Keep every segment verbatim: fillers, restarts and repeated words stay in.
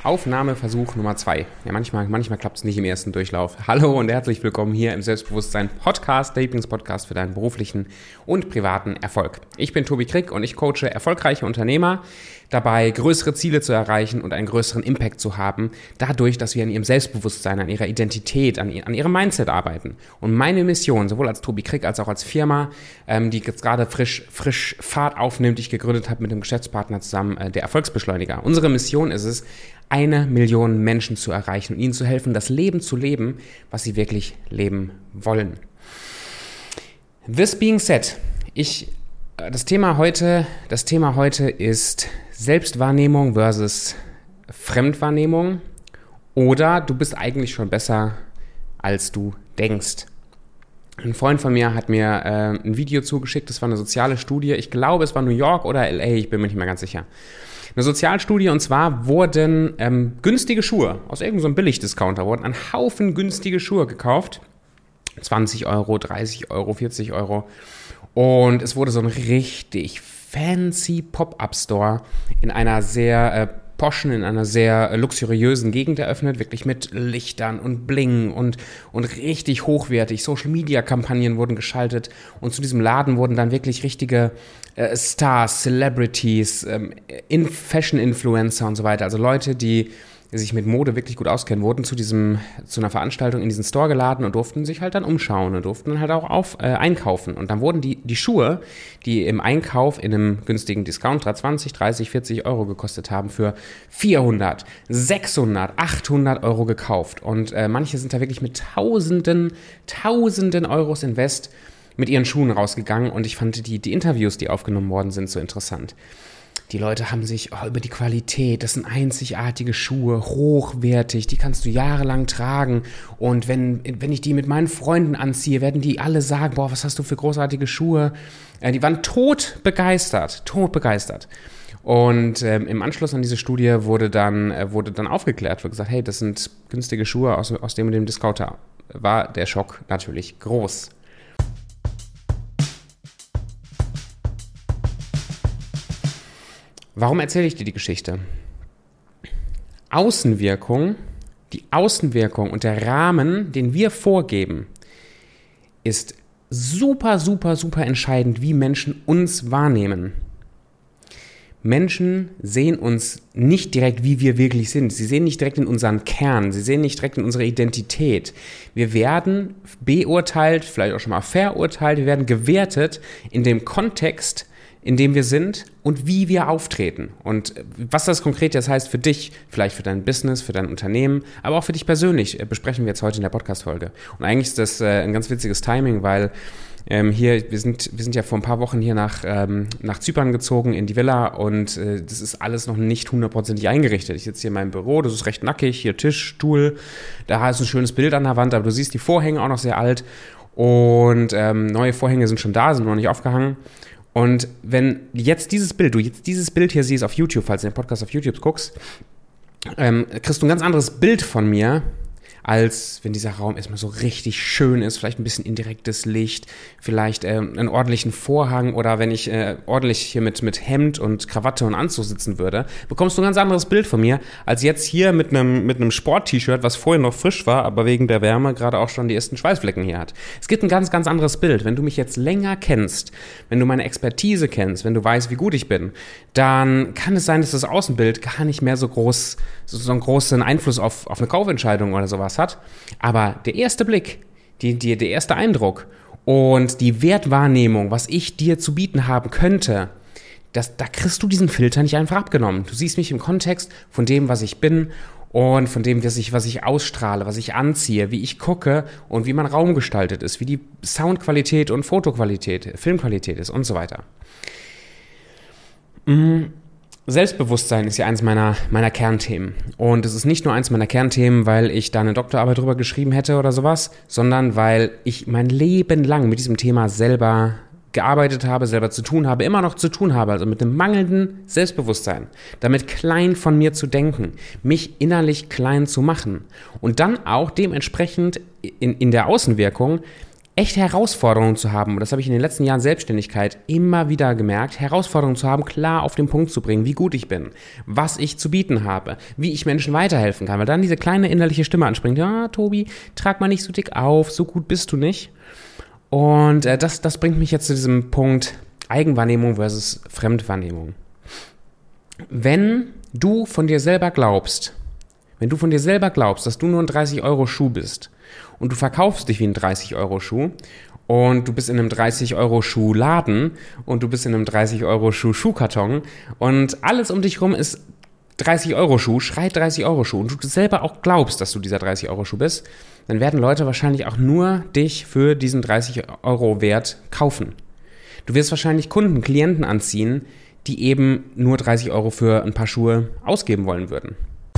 Aufnahmeversuch Nummer zwei. Ja, manchmal, manchmal klappt es nicht im ersten Durchlauf. Hallo und herzlich willkommen hier im Selbstbewusstsein-Podcast, der Lieblingspodcast für deinen beruflichen und privaten Erfolg. Ich bin Tobi Krick und ich coache erfolgreiche Unternehmer dabei, größere Ziele zu erreichen und einen größeren Impact zu haben, dadurch, dass wir an ihrem Selbstbewusstsein, an ihrer Identität, an, an ihrem Mindset arbeiten. Und meine Mission, sowohl als Tobi Krick als auch als Firma, ähm, die jetzt gerade frisch, frisch Fahrt aufnimmt, die ich gegründet habe mit einem Geschäftspartner zusammen, äh, der Erfolgsbeschleuniger. Unsere Mission ist es, eine Million Menschen zu erreichen und ihnen zu helfen, das Leben zu leben, was sie wirklich leben wollen. This being said, ich, das Thema heute, das Thema heute ist Selbstwahrnehmung versus Fremdwahrnehmung oder du bist eigentlich schon besser, als du denkst. Ein Freund von mir hat mir äh, ein Video zugeschickt, das war eine soziale Studie, ich glaube es war New York oder L A, ich bin mir nicht mehr ganz sicher. Eine Sozialstudie, und zwar wurden ähm, günstige Schuhe aus irgendeinem so Billigdiscounter, wurden ein Haufen günstige Schuhe gekauft. zwanzig Euro, dreißig Euro, vierzig Euro. Und es wurde so ein richtig fancy Pop-Up-Store in einer sehr äh, poschen, in einer sehr äh, luxuriösen Gegend eröffnet, wirklich mit Lichtern und Bling und, und richtig hochwertig. Social-Media-Kampagnen wurden geschaltet und zu diesem Laden wurden dann wirklich richtige äh, Stars, Celebrities, ähm, in Fashion-Influencer und so weiter, also Leute, die die sich mit Mode wirklich gut auskennen, wurden zu diesem, zu einer Veranstaltung in diesen Store geladen und durften sich halt dann umschauen und durften dann halt auch auf, äh, einkaufen. Und dann wurden die, die Schuhe, die im Einkauf in einem günstigen Discounter zwanzig, dreißig, vierzig Euro gekostet haben, für vierhundert, sechshundert, achthundert Euro gekauft. Und äh, manche sind da wirklich mit Tausenden, Tausenden Euros Invest mit ihren Schuhen rausgegangen. Und ich fand die, die Interviews, die aufgenommen worden sind, so interessant. Die Leute haben sich oh, über die Qualität, das sind einzigartige Schuhe, hochwertig, die kannst du jahrelang tragen und wenn, wenn ich die mit meinen Freunden anziehe, werden die alle sagen, boah, was hast du für großartige Schuhe. Äh, die waren tot begeistert, tot begeistert. Und ähm, im Anschluss an diese Studie wurde dann, äh, wurde dann aufgeklärt, wurde gesagt, hey, das sind günstige Schuhe aus, aus dem und dem Discounter. War der Schock natürlich groß. Warum erzähle ich dir die Geschichte? Außenwirkung, die Außenwirkung und der Rahmen, den wir vorgeben, ist super, super, super entscheidend, wie Menschen uns wahrnehmen. Menschen sehen uns nicht direkt, wie wir wirklich sind. Sie sehen nicht direkt in unseren Kern. Sie sehen nicht direkt in unsere Identität. Wir werden beurteilt, vielleicht auch schon mal verurteilt. Wir werden gewertet in dem Kontext, in dem wir sind und wie wir auftreten. Und was das konkret jetzt heißt für dich, vielleicht für dein Business, für dein Unternehmen, aber auch für dich persönlich, besprechen wir jetzt heute in der Podcast-Folge. Und eigentlich ist das äh, ein ganz witziges Timing, weil ähm, hier, wir sind, wir sind ja vor ein paar Wochen hier nach, ähm, nach Zypern gezogen in die Villa und äh, das ist alles noch nicht hundertprozentig eingerichtet. Ich sitze hier in meinem Büro, das ist recht nackig, hier Tisch, Stuhl, da ist ein schönes Bild an der Wand, aber du siehst die Vorhänge auch noch sehr alt und ähm, neue Vorhänge sind schon da, sind noch nicht aufgehangen. Und wenn jetzt dieses Bild, du jetzt dieses Bild hier siehst auf YouTube, falls du den Podcast auf YouTube guckst, ähm, kriegst du ein ganz anderes Bild von mir, als wenn dieser Raum erstmal so richtig schön ist, vielleicht ein bisschen indirektes Licht, vielleicht ähm, einen ordentlichen Vorhang oder wenn ich äh, ordentlich hier mit, mit Hemd und Krawatte und Anzug sitzen würde, bekommst du ein ganz anderes Bild von mir, als jetzt hier mit einem mit einem Sport-T-Shirt, was vorhin noch frisch war, aber wegen der Wärme gerade auch schon die ersten Schweißflecken hier hat. Es gibt ein ganz, ganz anderes Bild. Wenn du mich jetzt länger kennst, wenn du meine Expertise kennst, wenn du weißt, wie gut ich bin, dann kann es sein, dass das Außenbild gar nicht mehr so groß, so, so einen großen Einfluss auf, auf eine Kaufentscheidung oder sowas hat. Aber der erste Blick, die, die, der erste Eindruck und die Wertwahrnehmung, was ich dir zu bieten haben könnte, das, da kriegst du diesen Filter nicht einfach abgenommen. Du siehst mich im Kontext von dem, was ich bin und von dem, was ich, was ich ausstrahle, was ich anziehe, wie ich gucke und wie mein Raum gestaltet ist, wie die Soundqualität und Fotoqualität, Filmqualität ist und so weiter. Mhm. Selbstbewusstsein ist ja eines meiner, meiner Kernthemen. Und es ist nicht nur eines meiner Kernthemen, weil ich da eine Doktorarbeit drüber geschrieben hätte oder sowas, sondern weil ich mein Leben lang mit diesem Thema selber gearbeitet habe, selber zu tun habe, immer noch zu tun habe, also mit einem mangelnden Selbstbewusstsein, damit klein von mir zu denken, mich innerlich klein zu machen und dann auch dementsprechend in, in der Außenwirkung echt Herausforderungen zu haben, und das habe ich in den letzten Jahren Selbstständigkeit immer wieder gemerkt, Herausforderungen zu haben, klar auf den Punkt zu bringen, wie gut ich bin, was ich zu bieten habe, wie ich Menschen weiterhelfen kann, weil dann diese kleine innerliche Stimme anspringt, ja, Tobi, trag mal nicht so dick auf, so gut bist du nicht. Und äh, das, das bringt mich jetzt zu diesem Punkt Eigenwahrnehmung versus Fremdwahrnehmung. Wenn du von dir selber glaubst, wenn du von dir selber glaubst, dass du nur ein dreißig-Euro-Schuh bist und du verkaufst dich wie ein dreißig-Euro-Schuh und du bist in einem dreißig-Euro-Schuh-Laden und du bist in einem dreißig-Euro-Schuh-Schuhkarton und alles um dich rum ist dreißig-Euro-Schuh, schreit dreißig-Euro-Schuh und du selber auch glaubst, dass du dieser dreißig-Euro-Schuh bist, dann werden Leute wahrscheinlich auch nur dich für diesen dreißig-Euro-Wert kaufen. Du wirst wahrscheinlich Kunden, Klienten anziehen, die eben nur dreißig Euro für ein paar Schuhe ausgeben wollen würden.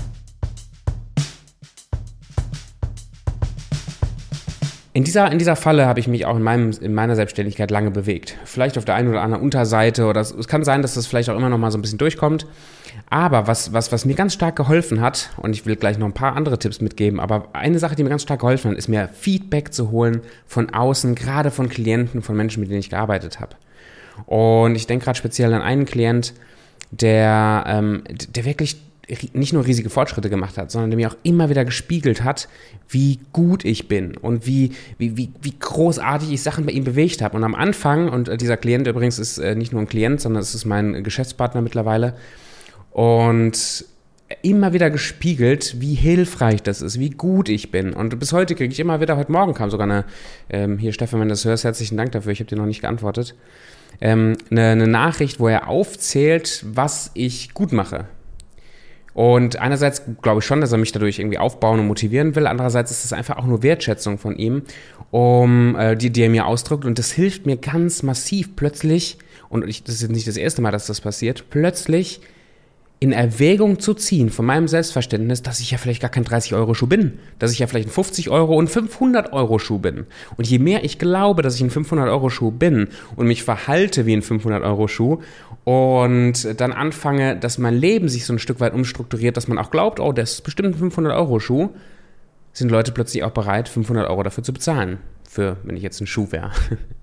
In dieser, in dieser Falle habe ich mich auch in, meinem, in meiner Selbstständigkeit lange bewegt. Vielleicht auf der einen oder anderen Unterseite oder es, es kann sein, dass das vielleicht auch immer noch mal so ein bisschen durchkommt. Aber was, was, was mir ganz stark geholfen hat, und ich will gleich noch ein paar andere Tipps mitgeben, aber eine Sache, die mir ganz stark geholfen hat, ist mir Feedback zu holen von außen, gerade von Klienten, von Menschen, mit denen ich gearbeitet habe. Und ich denke gerade speziell an einen Klient, der, ähm, der wirklich nicht nur riesige Fortschritte gemacht hat, sondern der mir auch immer wieder gespiegelt hat, wie gut ich bin und wie, wie, wie, wie großartig ich Sachen bei ihm bewegt habe. Und am Anfang, und dieser Klient übrigens ist äh, nicht nur ein Klient, sondern es ist mein Geschäftspartner mittlerweile, und immer wieder gespiegelt, wie hilfreich das ist, wie gut ich bin. Und bis heute kriege ich immer wieder, heute Morgen kam sogar eine, ähm, hier Stefan, wenn du das hörst, herzlichen Dank dafür, ich habe dir noch nicht geantwortet, ähm, eine, eine Nachricht, wo er aufzählt, was ich gut mache. Und einerseits glaube ich schon, dass er mich dadurch irgendwie aufbauen und motivieren will. Andererseits ist es einfach auch nur Wertschätzung von ihm, um, äh, die, die er mir ausdrückt. Und das hilft mir ganz massiv plötzlich, und ich, das ist jetzt nicht das erste Mal, dass das passiert, plötzlich in Erwägung zu ziehen von meinem Selbstverständnis, dass ich ja vielleicht gar kein dreißig-Euro-Schuh bin, dass ich ja vielleicht ein fünfzig-Euro- und fünfhundert-Euro-Schuh bin. Und je mehr ich glaube, dass ich ein fünfhundert-Euro-Schuh bin und mich verhalte wie ein fünfhundert-Euro-Schuh und dann anfange, dass mein Leben sich so ein Stück weit umstrukturiert, dass man auch glaubt, oh, das ist bestimmt ein fünfhundert-Euro-Schuh, sind Leute plötzlich auch bereit, fünfhundert Euro dafür zu bezahlen, für, wenn ich jetzt ein Schuh wäre.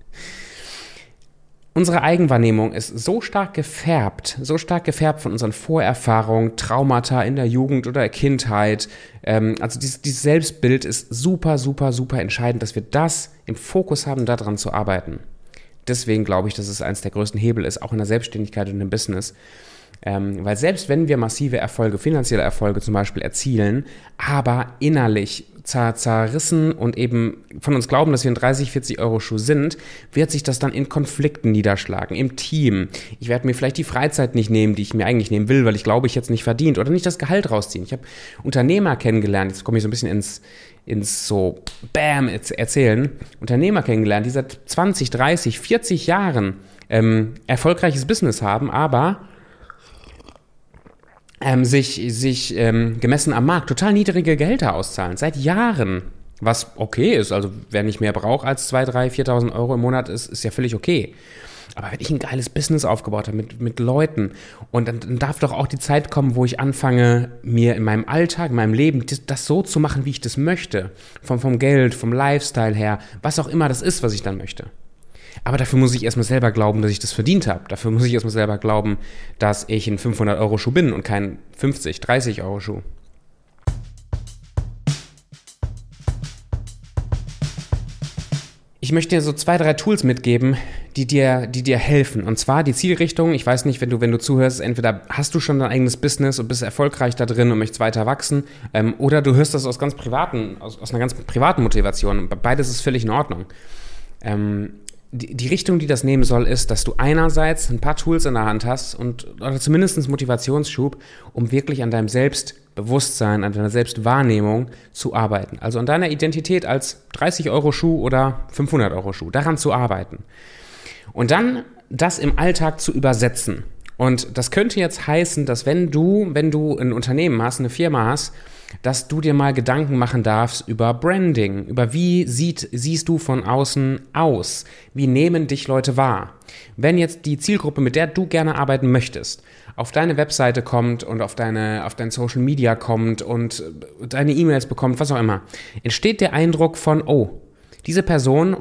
Unsere Eigenwahrnehmung ist so stark gefärbt, so stark gefärbt von unseren Vorerfahrungen, Traumata in der Jugend oder Kindheit. Ähm, also dieses, dieses Selbstbild ist super, super, super entscheidend, dass wir das im Fokus haben, daran zu arbeiten. Deswegen glaube ich, dass es eines der größten Hebel ist, auch in der Selbstständigkeit und im Business. Ähm, weil selbst wenn wir massive Erfolge, finanzielle Erfolge zum Beispiel erzielen, aber innerlich zer- zerrissen und eben von uns glauben, dass wir ein dreißig, vierzig Euro Schuh sind, wird sich das dann in Konflikten niederschlagen, im Team. Ich werde mir vielleicht die Freizeit nicht nehmen, die ich mir eigentlich nehmen will, weil ich glaube, ich jetzt nicht verdient oder nicht das Gehalt rausziehen. Ich habe Unternehmer kennengelernt, jetzt komme ich so ein bisschen ins, ins so Bam erzählen, Unternehmer kennengelernt, die seit zwanzig, dreißig, vierzig Jahren ähm, erfolgreiches Business haben, aber Ähm, sich, sich ähm, gemessen am Markt total niedrige Gehälter auszahlen, seit Jahren, was okay ist, also wer nicht mehr braucht als zweitausend, dreitausend, viertausend Euro im Monat, ist, ist ja völlig okay. Aber wenn ich ein geiles Business aufgebaut habe mit, mit Leuten und dann, dann darf doch auch die Zeit kommen, wo ich anfange, mir in meinem Alltag, in meinem Leben das, das so zu machen, wie ich das möchte, vom, vom Geld, vom Lifestyle her, was auch immer das ist, was ich dann möchte. Aber dafür muss ich erstmal selber glauben, dass ich das verdient habe. Dafür muss ich erstmal selber glauben, dass ich ein fünfhundert Euro Schuh bin und kein fünfzig, dreißig Euro Schuh. Ich möchte dir so zwei, drei Tools mitgeben, die dir, die dir helfen. Und zwar die Zielrichtung. Ich weiß nicht, wenn du, wenn du zuhörst, entweder hast du schon dein eigenes Business und bist erfolgreich da drin und möchtest weiter wachsen, ähm, oder du hörst das aus ganz privaten, aus, aus einer ganz privaten Motivation. Beides ist völlig in Ordnung. Ähm, Die, die Richtung, die das nehmen soll, ist, dass du einerseits ein paar Tools in der Hand hast und oder zumindest einen Motivationsschub, um wirklich an deinem Selbstbewusstsein, an deiner Selbstwahrnehmung zu arbeiten. Also an deiner Identität als dreißig Euro Schuh oder fünfhundert Euro Schuh, daran zu arbeiten. Und dann das im Alltag zu übersetzen. Und das könnte jetzt heißen, dass wenn du, wenn du ein Unternehmen hast, eine Firma hast, dass du dir mal Gedanken machen darfst über Branding, über wie sieht, siehst du von außen aus, wie nehmen dich Leute wahr. Wenn jetzt die Zielgruppe, mit der du gerne arbeiten möchtest, auf deine Webseite kommt und auf deine, auf dein Social Media kommt und deine E-Mails bekommt, was auch immer, entsteht der Eindruck von, oh, diese Person, und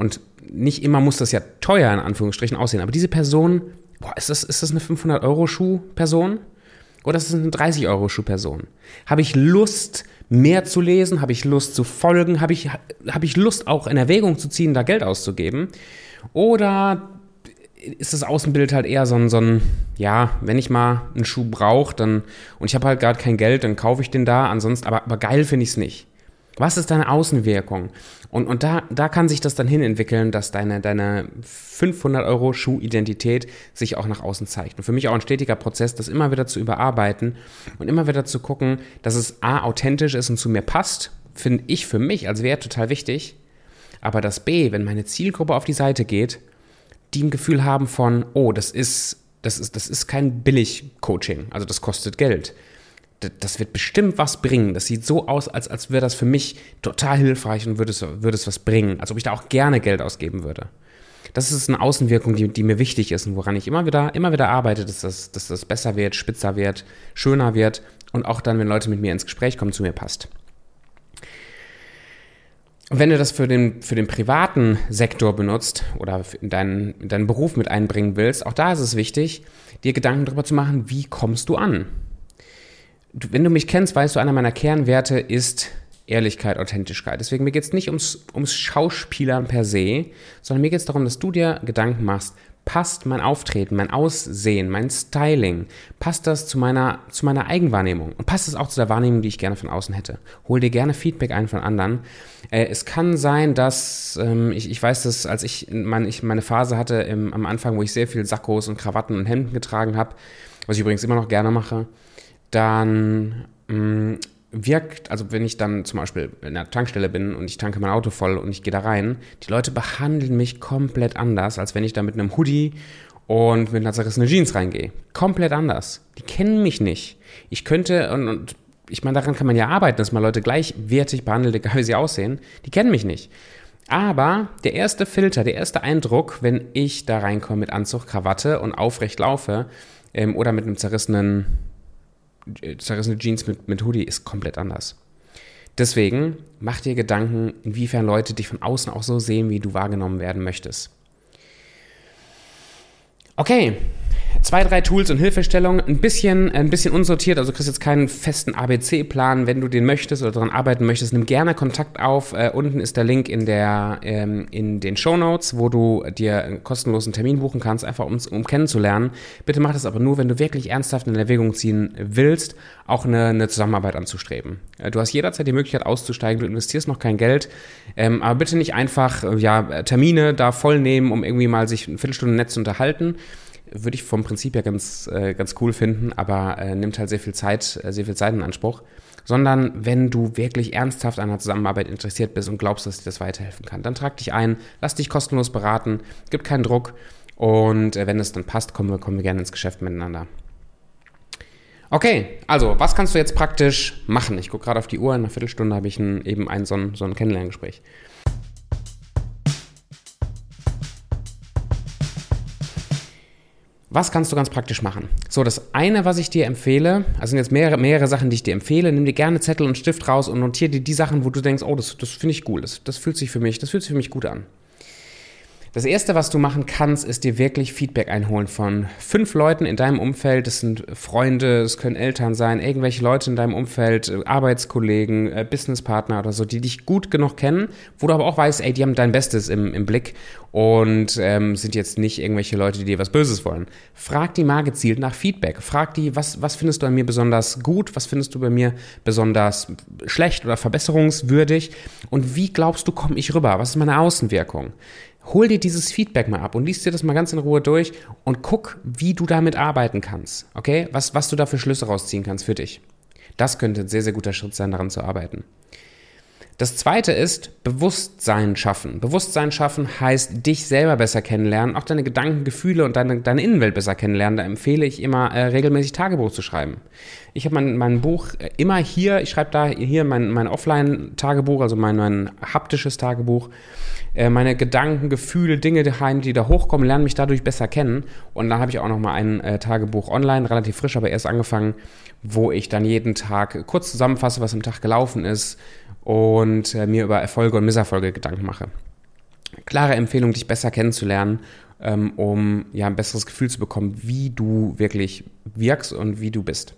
nicht immer muss das ja teuer in Anführungsstrichen aussehen, aber diese Person, boah, ist das, ist das eine fünfhundert-Euro-Schuh-Person? Oder ist das eine dreißig-Euro-Schuh-Person? Habe ich Lust, mehr zu lesen? Habe ich Lust zu folgen? Habe ich, habe ich Lust, auch in Erwägung zu ziehen, da Geld auszugeben? Oder ist das Außenbild halt eher so ein, so ein, ja, wenn ich mal einen Schuh brauche, dann, und ich habe halt gerade kein Geld, dann kaufe ich den da, ansonsten, aber, aber geil finde ich es nicht. Was ist deine Außenwirkung? Und, und da, da kann sich das dann hin entwickeln, dass deine, deine fünfhundert-Euro-Schuh-Identität sich auch nach außen zeigt. Und für mich auch ein stetiger Prozess, das immer wieder zu überarbeiten und immer wieder zu gucken, dass es A, authentisch ist und zu mir passt, finde ich für mich als Wert total wichtig. Aber das B, wenn meine Zielgruppe auf die Seite geht, die ein Gefühl haben von, oh, das ist, das ist, das ist kein Billig-Coaching, also das kostet Geld. Das wird bestimmt was bringen. Das sieht so aus, als, als wäre das für mich total hilfreich und würde es, würde es was bringen. Als ob ich da auch gerne Geld ausgeben würde. Das ist eine Außenwirkung, die, die mir wichtig ist und woran ich immer wieder, immer wieder arbeite, dass das, dass das besser wird, spitzer wird, schöner wird und auch dann, wenn Leute mit mir ins Gespräch kommen, zu mir passt. Und wenn du das für den, für den privaten Sektor benutzt oder in deinen, in deinen Beruf mit einbringen willst, auch da ist es wichtig, dir Gedanken darüber zu machen, wie kommst du an? Du, wenn du mich kennst, weißt du, einer meiner Kernwerte ist Ehrlichkeit, Authentischkeit. Deswegen, mir geht es nicht ums, ums Schauspielern per se, sondern mir geht es darum, dass du dir Gedanken machst, passt mein Auftreten, mein Aussehen, mein Styling, passt das zu meiner, zu meiner Eigenwahrnehmung und passt es auch zu der Wahrnehmung, die ich gerne von außen hätte. Hol dir gerne Feedback ein von anderen. Äh, es kann sein, dass, ähm, ich, ich weiß, dass als ich, mein, ich meine Phase hatte im, am Anfang, wo ich sehr viel Sakkos und Krawatten und Hemden getragen habe, was ich übrigens immer noch gerne mache, dann mh, wirkt, also wenn ich dann zum Beispiel in der Tankstelle bin und ich tanke mein Auto voll und ich gehe da rein, die Leute behandeln mich komplett anders, als wenn ich da mit einem Hoodie und mit einer zerrissenen Jeans reingehe. Komplett anders. Die kennen mich nicht. Ich könnte, und, und ich meine, daran kann man ja arbeiten, dass man Leute gleichwertig behandelt, egal wie sie aussehen. Die kennen mich nicht. Aber der erste Filter, der erste Eindruck, wenn ich da reinkomme mit Anzug, Krawatte und aufrecht laufe ähm, oder mit einem zerrissenen zerrissene Jeans mit, mit Hoodie ist komplett anders. Deswegen mach dir Gedanken, inwiefern Leute dich von außen auch so sehen, wie du wahrgenommen werden möchtest. Okay, zwei, drei Tools und Hilfestellungen, ein bisschen, ein bisschen unsortiert, also du kriegst jetzt keinen festen A B C-Plan, wenn du den möchtest oder daran arbeiten möchtest, nimm gerne Kontakt auf. Äh, unten ist der Link in, der, ähm, in den Shownotes, wo du dir einen kostenlosen Termin buchen kannst, einfach um, um kennenzulernen. Bitte mach das aber nur, wenn du wirklich ernsthaft in Erwägung ziehen willst, auch eine, eine Zusammenarbeit anzustreben. Äh, du hast jederzeit die Möglichkeit auszusteigen, du investierst noch kein Geld, ähm, aber bitte nicht einfach äh, ja, Termine da voll nehmen, um irgendwie mal sich eine Viertelstunde nett zu unterhalten. Würde ich vom Prinzip ja ganz, äh, ganz cool finden, aber äh, nimmt halt sehr viel Zeit, äh, sehr viel Zeit in Anspruch. Sondern wenn du wirklich ernsthaft an einer Zusammenarbeit interessiert bist und glaubst, dass dir das weiterhelfen kann, dann trag dich ein, lass dich kostenlos beraten, gib keinen Druck und äh, wenn es dann passt, kommen wir, kommen wir gerne ins Geschäft miteinander. Okay, also, was kannst du jetzt praktisch machen? Ich gucke gerade auf die Uhr, in einer Viertelstunde habe ich ein, eben ein so ein, so ein Kennenlerngespräch. Was kannst du ganz praktisch machen? So, das eine, was ich dir empfehle, also sind jetzt mehrere, mehrere Sachen, die ich dir empfehle, nimm dir gerne Zettel und Stift raus und notiere dir die Sachen, wo du denkst, oh, das, das finde ich cool, das, das fühlt sich für mich, das fühlt sich für mich gut an. Das erste, was du machen kannst, ist dir wirklich Feedback einholen von fünf Leuten in deinem Umfeld. Das sind Freunde, es können Eltern sein, irgendwelche Leute in deinem Umfeld, Arbeitskollegen, Businesspartner oder so, die dich gut genug kennen, wo du aber auch weißt, ey, die haben dein Bestes im, im Blick und ähm, sind jetzt nicht irgendwelche Leute, die dir was Böses wollen. Frag die mal gezielt nach Feedback. Frag die, was, was findest du an mir besonders gut, was findest du bei mir besonders schlecht oder verbesserungswürdig und wie glaubst du, komme ich rüber? Was ist meine Außenwirkung? Hol dir dieses Feedback mal ab und liest dir das mal ganz in Ruhe durch und guck, wie du damit arbeiten kannst, okay? Was, was du da für Schlüsse rausziehen kannst für dich. Das könnte ein sehr, sehr guter Schritt sein, daran zu arbeiten. Das zweite ist Bewusstsein schaffen. Bewusstsein schaffen heißt, dich selber besser kennenlernen, auch deine Gedanken, Gefühle und deine, deine Innenwelt besser kennenlernen. Da empfehle ich immer, äh, regelmäßig Tagebuch zu schreiben. Ich habe mein, mein Buch immer hier, ich schreibe da hier mein, mein Offline-Tagebuch, also mein, mein haptisches Tagebuch, äh, meine Gedanken, Gefühle, Dinge, die da hochkommen, lernen mich dadurch besser kennen. Und dann habe ich auch noch mal ein äh, Tagebuch online, relativ frisch, aber erst angefangen, wo ich dann jeden Tag kurz zusammenfasse, was am Tag gelaufen ist, und äh, mir über Erfolge und Misserfolge Gedanken mache. Klare Empfehlung, dich besser kennenzulernen, ähm, um ja ein besseres Gefühl zu bekommen, wie du wirklich wirkst und wie du bist.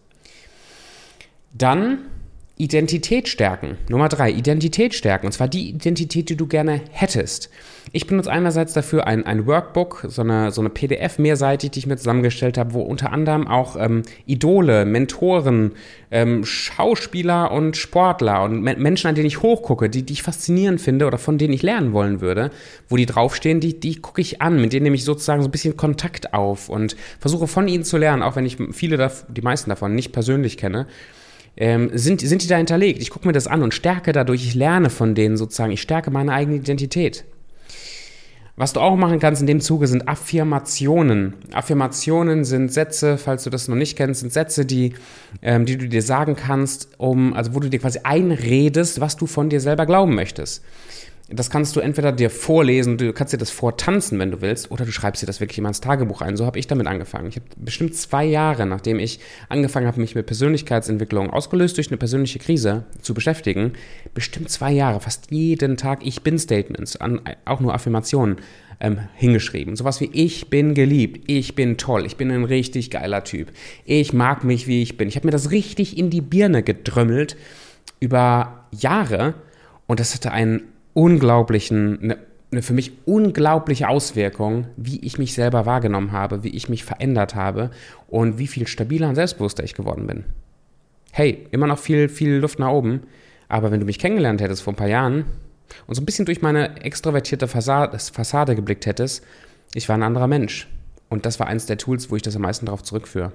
Dann Identität stärken. Nummer drei, Identität stärken. Und zwar die Identität, die du gerne hättest. Ich benutze einerseits dafür ein, ein Workbook, so eine, so eine P D F mehrseitig, die ich mir zusammengestellt habe, wo unter anderem auch ähm, Idole, Mentoren, ähm, Schauspieler und Sportler und Me- Menschen, an denen ich hochgucke, die, die ich faszinierend finde oder von denen ich lernen wollen würde, wo die draufstehen, die, die gucke ich an, mit denen nehme ich sozusagen so ein bisschen Kontakt auf und versuche von ihnen zu lernen, auch wenn ich viele, die meisten davon nicht persönlich kenne. Ähm, sind, sind die da hinterlegt? Ich gucke mir das an und stärke dadurch, ich lerne von denen sozusagen, ich stärke meine eigene Identität. Was du auch machen kannst in dem Zuge sind Affirmationen. Affirmationen sind Sätze, falls du das noch nicht kennst, sind Sätze, die, ähm, die du dir sagen kannst, um, also wo du dir quasi einredest, was du von dir selber glauben möchtest. Das kannst du entweder dir vorlesen, du kannst dir das vortanzen, wenn du willst, oder du schreibst dir das wirklich immer ins Tagebuch ein. So habe ich damit angefangen. Ich habe bestimmt zwei Jahre, nachdem ich angefangen habe, mich mit Persönlichkeitsentwicklung, ausgelöst durch eine persönliche Krise, zu beschäftigen, bestimmt zwei Jahre, fast jeden Tag Ich-Bin-Statements, an, auch nur Affirmationen, ähm, hingeschrieben. Sowas wie: Ich bin geliebt, ich bin toll, ich bin ein richtig geiler Typ, ich mag mich, wie ich bin. Ich habe mir das richtig in die Birne gedrömmelt über Jahre und das hatte einen unglaublichen, eine, eine für mich unglaubliche Auswirkung, wie ich mich selber wahrgenommen habe, wie ich mich verändert habe und wie viel stabiler und selbstbewusster ich geworden bin. Hey, immer noch viel, viel Luft nach oben, aber wenn du mich kennengelernt hättest vor ein paar Jahren und so ein bisschen durch meine extrovertierte Fassade, Fassade geblickt hättest, ich war ein anderer Mensch. Und das war eins der Tools, wo ich das am meisten darauf zurückführe.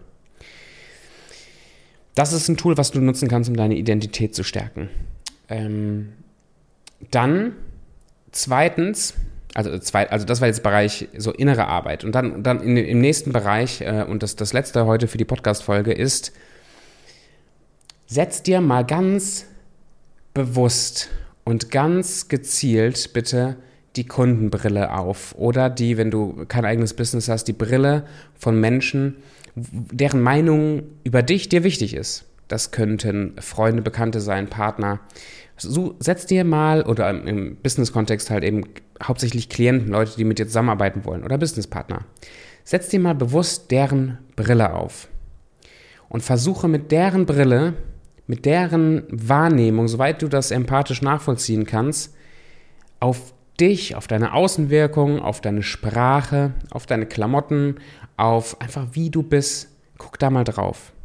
Das ist ein Tool, was du nutzen kannst, um deine Identität zu stärken. Ähm, Dann zweitens, also, zweit, also das war jetzt Bereich so innere Arbeit. Und dann, dann in, im nächsten Bereich, äh, und das, das letzte heute für die Podcast-Folge ist, setz dir mal ganz bewusst und ganz gezielt bitte die Kundenbrille auf. Oder die, wenn du kein eigenes Business hast, die Brille von Menschen, deren Meinung über dich dir wichtig ist. Das könnten Freunde, Bekannte sein, Partner. So, setz dir mal, oder im Business-Kontext halt eben hauptsächlich Klienten, Leute, die mit dir zusammenarbeiten wollen oder Businesspartner. Setz dir mal bewusst deren Brille auf und versuche mit deren Brille, mit deren Wahrnehmung, soweit du das empathisch nachvollziehen kannst, auf dich, auf deine Außenwirkung, auf deine Sprache, auf deine Klamotten, auf einfach wie du bist, guck da mal drauf.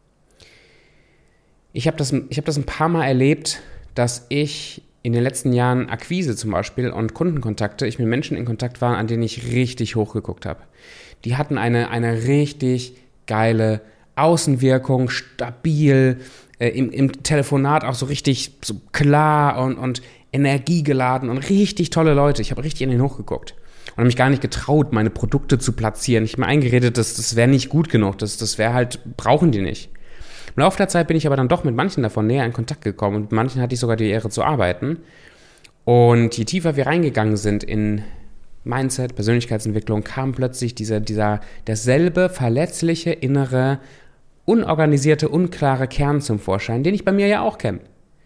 Ich habe das, ich hab das ein paar Mal erlebt, dass ich in den letzten Jahren Akquise zum Beispiel und Kundenkontakte, ich mit Menschen in Kontakt war, an denen ich richtig hochgeguckt habe. Die hatten eine, eine richtig geile Außenwirkung, stabil, äh, im, im Telefonat auch so richtig so klar und, und energiegeladen und richtig tolle Leute. Ich habe richtig in den hochgeguckt und habe mich gar nicht getraut, meine Produkte zu platzieren. Ich habe mir eingeredet, dass das wäre nicht gut genug, das, das wäre halt, brauchen die nicht. Im Laufe der Zeit bin ich aber dann doch mit manchen davon näher in Kontakt gekommen und mit manchen hatte ich sogar die Ehre zu arbeiten. Und je tiefer wir reingegangen sind in Mindset, Persönlichkeitsentwicklung, kam plötzlich dieser, dieser, derselbe verletzliche, innere, unorganisierte, unklare Kern zum Vorschein, den ich bei mir ja auch kenne.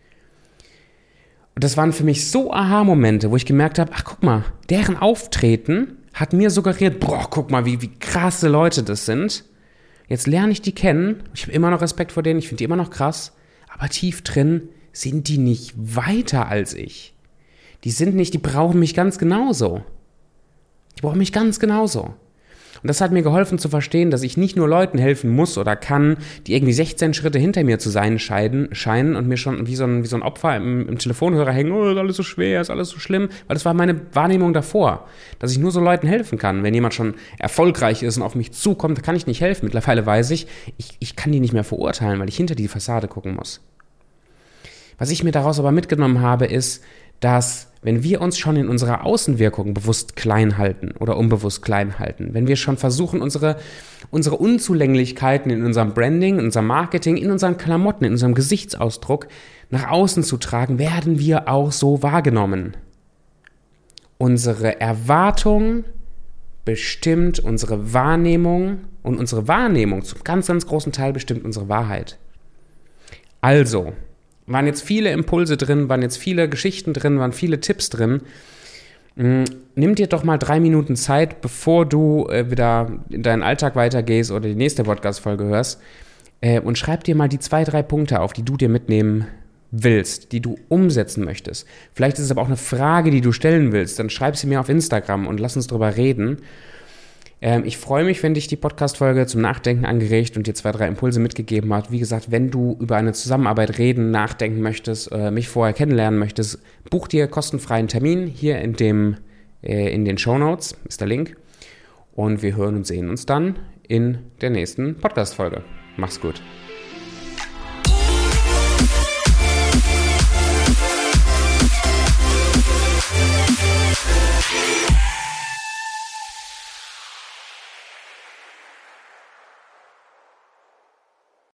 Und das waren für mich so Aha-Momente, wo ich gemerkt habe, ach guck mal, deren Auftreten hat mir suggeriert, boah, guck mal, wie, wie krasse Leute das sind. Jetzt lerne ich die kennen, ich habe immer noch Respekt vor denen, ich finde die immer noch krass, aber tief drin sind die nicht weiter als ich. Die sind nicht, die brauchen mich ganz genauso. Die brauchen mich ganz genauso. Und das hat mir geholfen zu verstehen, dass ich nicht nur Leuten helfen muss oder kann, die irgendwie sechzehn Schritte hinter mir zu sein scheiden, scheinen und mir schon wie so ein, wie so ein Opfer im, im Telefonhörer hängen, oh, ist alles so schwer, ist alles so schlimm, weil das war meine Wahrnehmung davor, dass ich nur so Leuten helfen kann. Wenn jemand schon erfolgreich ist und auf mich zukommt, kann ich nicht helfen. Mittlerweile weiß ich, ich, ich kann die nicht mehr verurteilen, weil ich hinter die Fassade gucken muss. Was ich mir daraus aber mitgenommen habe, ist, dass wenn wir uns schon in unserer Außenwirkung bewusst klein halten oder unbewusst klein halten, wenn wir schon versuchen, unsere, unsere Unzulänglichkeiten in unserem Branding, in unserem Marketing, in unseren Klamotten, in unserem Gesichtsausdruck nach außen zu tragen, werden wir auch so wahrgenommen. Unsere Erwartung bestimmt unsere Wahrnehmung und unsere Wahrnehmung zum ganz, ganz großen Teil bestimmt unsere Wahrheit. Also, waren jetzt viele Impulse drin, waren jetzt viele Geschichten drin, waren viele Tipps drin. Nimm dir doch mal drei Minuten Zeit, bevor du äh, wieder in deinen Alltag weitergehst oder die nächste Podcast-Folge hörst äh, und schreib dir mal die zwei, drei Punkte auf, die du dir mitnehmen willst, die du umsetzen möchtest. Vielleicht ist es aber auch eine Frage, die du stellen willst. Dann schreib sie mir auf Instagram und lass uns drüber reden. Ähm, ich freue mich, wenn dich die Podcast-Folge zum Nachdenken angeregt und dir zwei, drei Impulse mitgegeben hat. Wie gesagt, wenn du über eine Zusammenarbeit reden, nachdenken möchtest, äh, mich vorher kennenlernen möchtest, buch dir kostenfreien Termin. Hier in, dem, äh, in den Shownotes ist der Link. Und wir hören und sehen uns dann in der nächsten Podcast-Folge. Mach's gut.